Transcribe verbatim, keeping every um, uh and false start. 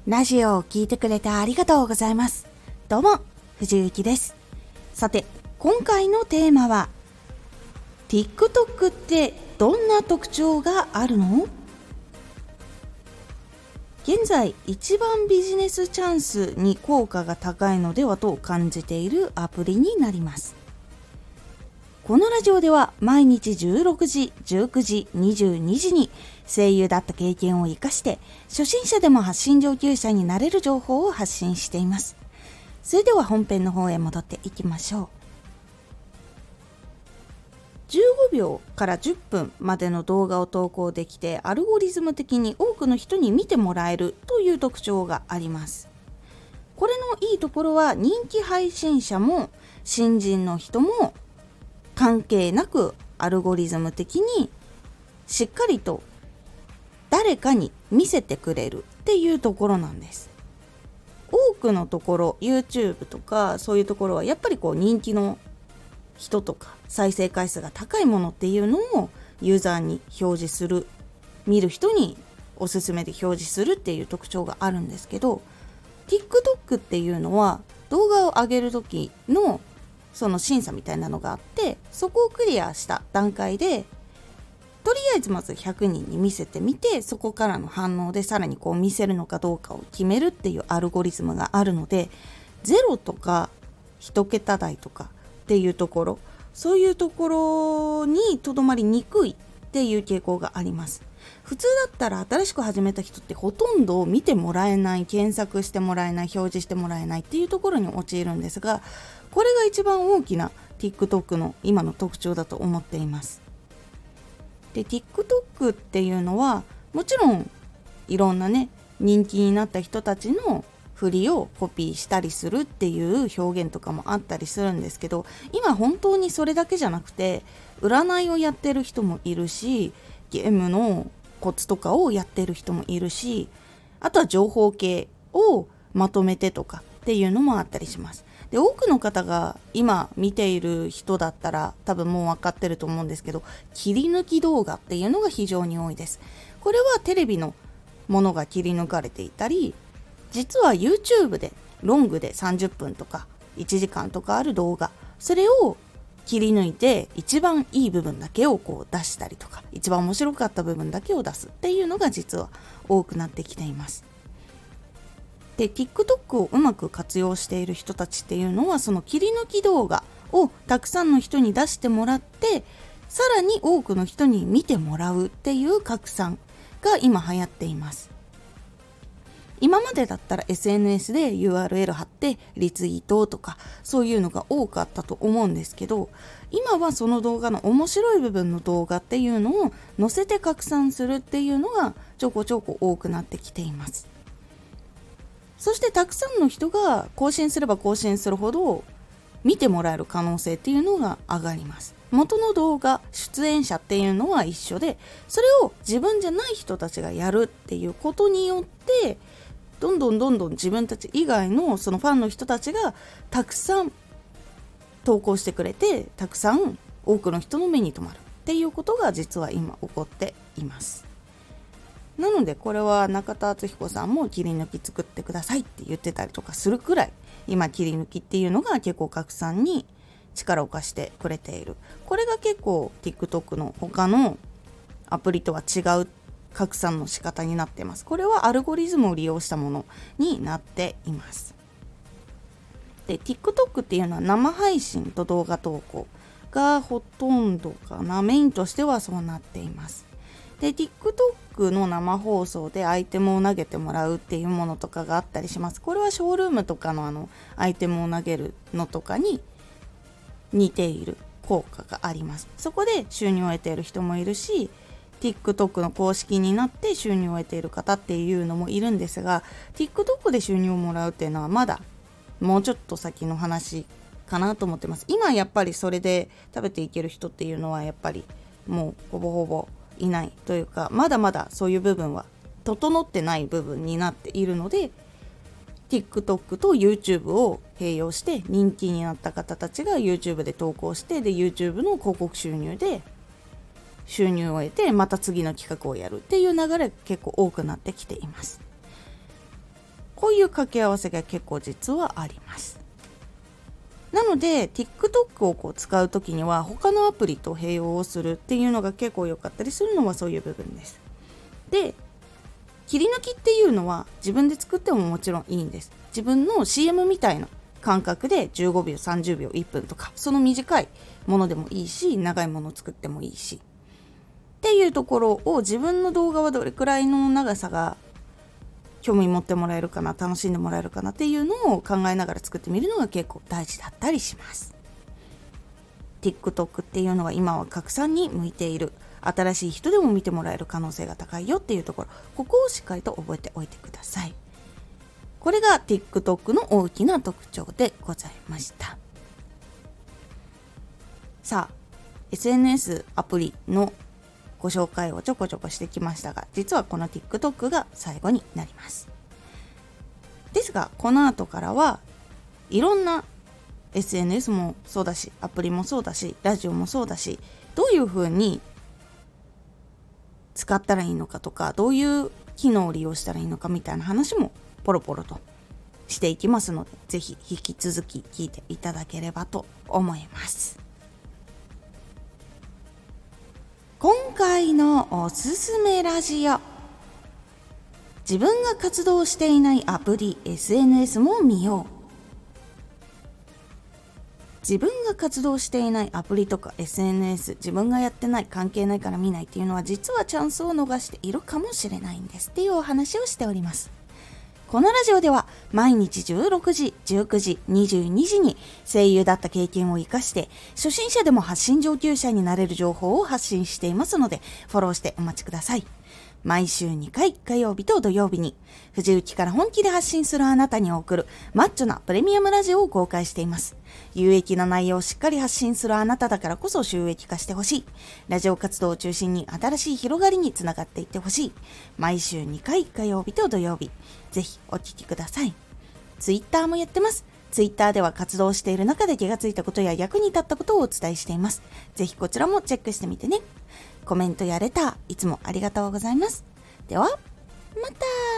ラジオを聞いてくれてありがとうございます。どうも、藤幸です。さて、今回のテーマは TikTok ってどんな特徴があるの？現在一番ビジネスチャンスに効果が高いのではと感じているアプリになります。このラジオでは毎日じゅうろくじ、じゅうくじ、にじゅうにじに声優だった経験を生かして初心者でも発信上級者になれる情報を発信しています。それでは本編の方へ戻っていきましょう。じゅうごびょうからじゅっぷんまでの動画を投稿できてアルゴリズム的に多くの人に見てもらえるという特徴があります。これのいいところは人気配信者も新人の人も関係なくアルゴリズム的にしっかりと誰かに見せてくれるっていうところなんです。多くのところ YouTube とかそういうところはやっぱりこう人気の人とか再生回数が高いものっていうのをユーザーに表示する、見る人におすすめで表示するっていう特徴があるんですけど、 TikTok っていうのは動画を上げる時のその審査みたいなのがあって、そこをクリアした段階でとりあえずまずひゃくにんに見せてみて、そこからの反応でさらにこう見せるのかどうかを決めるっていうアルゴリズムがあるので、ゼロとか一桁台とかっていうところ、そういうところにとどまりにくいっていう傾向があります。普通だったら新しく始めた人ってほとんど見てもらえない、検索してもらえない、表示してもらえないっていうところに陥るんですが、これが一番大きな TikTok の今の特徴だと思っています。で TikTok っていうのはもちろんいろんなね人気になった人たちの振りをコピーしたりするっていう表現とかもあったりするんですけど、今本当にそれだけじゃなくて占いをやってる人もいるし、ゲームのコツとかをやってる人もいるし、あとは情報系をまとめてとかっていうのもあったりします。で、多くの方が今見ている人だったら多分もう分かってると思うんですけど、切り抜き動画っていうのが非常に多いです。これはテレビのものが切り抜かれていたり、実は YouTube でロングでさんじゅっぷんとかいちじかんとかある動画、それを切り抜いて一番いい部分だけをこう出したりとか、一番面白かった部分だけを出すっていうのが実は多くなってきています。で TikTok をうまく活用している人たちっていうのは、その切り抜き動画をたくさんの人に出してもらって、さらに多くの人に見てもらうっていう拡散が今流行っています。今までだったら エスエヌエス で ユーアールエル 貼ってリツイートとかそういうのが多かったと思うんですけど、今はその動画の面白い部分の動画っていうのを載せて拡散するっていうのがちょこちょこ多くなってきています。そしてたくさんの人が更新すれば更新するほど見てもらえる可能性っていうのが上がります。元の動画、出演者っていうのは一緒で、それを自分じゃない人たちがやるっていうことによって、どんどんどんどん自分たち以外のそのファンの人たちがたくさん投稿してくれて、たくさん多くの人の目に留まるっていうことが実は今起こっています。なのでこれは中田敦彦さんも切り抜き作ってくださいって言ってたりとかするくらい、今切り抜きっていうのが結構拡散に力を貸してくれている。これが結構 TikTok の他のアプリとは違う拡散の仕方になっています。これはアルゴリズムを利用したものになっています。で TikTok っていうのは生配信と動画投稿がほとんどかな、メインとしてはそうなっています。で TikTok の生放送でアイテムを投げてもらうっていうものとかがあったりします。これはショールームとかのあのアイテムを投げるのとかに似ている効果があります。そこで収入を得ている人もいるし、TikTok の公式になって収入を得ている方っていうのもいるんですが、 TikTok で収入をもらうっていうのはまだもうちょっと先の話かなと思ってます。今やっぱりそれで食べていける人っていうのはやっぱりもうほぼほぼいないというか、まだまだそういう部分は整ってない部分になっているので、 TikTok と YouTube を併用して人気になった方たちが YouTube で投稿して、で YouTube の広告収入で収入を得て、また次の企画をやるっていう流れが結構多くなってきています。 こういう掛け合わせが結構実はあります。なので TikTok をこう使うときには他のアプリと併用をするっていうのが結構良かったりするのはそういう部分です。で、切り抜きっていうのは自分で作ってももちろんいいんです。自分の シーエム みたいな感覚でじゅうごびょう、さんじゅうびょう、いっぷんとかその短いものでもいいし、長いものを作ってもいいしっていうところを、自分の動画はどれくらいの長さが興味持ってもらえるかな、楽しんでもらえるかなっていうのを考えながら作ってみるのが結構大事だったりします。 TikTok っていうのは今は拡散に向いている、新しい人でも見てもらえる可能性が高いよっていうところ、ここをしっかりと覚えておいてください。これが TikTok の大きな特徴でございました。さあ エスエヌエス アプリのご紹介をちょこちょこしてきましたが、実はこの TikTok が最後になります。ですがこの後からはいろんな エスエヌエス もそうだし、アプリもそうだし、ラジオもそうだし、どういう風に使ったらいいのかとか、どういう機能を利用したらいいのかみたいな話もポロポロとしていきますので、ぜひ引き続き聞いていただければと思います。今回のおすすめラジオ、自分が活動していないアプリ エスエヌエス も見よう。自分が活動していないアプリとか エスエヌエス、自分がやってない、関係ないから見ないっていうのは実はチャンスを逃しているかもしれないんですっていうお話をしております。このラジオでは毎日じゅうろくじ、じゅうくじ、にじゅうにじに声優だった経験を生かして初心者でも発信上級者になれる情報を発信していますので、フォローしてお待ちください。毎週にかい、火曜日と土曜日に藤雪から本気で発信するあなたに送るマッチョなプレミアムラジオを公開しています。有益な内容をしっかり発信するあなただからこそ収益化してほしい。ラジオ活動を中心に新しい広がりにつながっていってほしい。毎週にかい、火曜日と土曜日、ぜひお聞きください。ツイッターもやってます。ツイッターでは活動している中で気がついたことや役に立ったことをお伝えしています。ぜひこちらもチェックしてみてね。コメントやレターいつもありがとうございます。ではまた。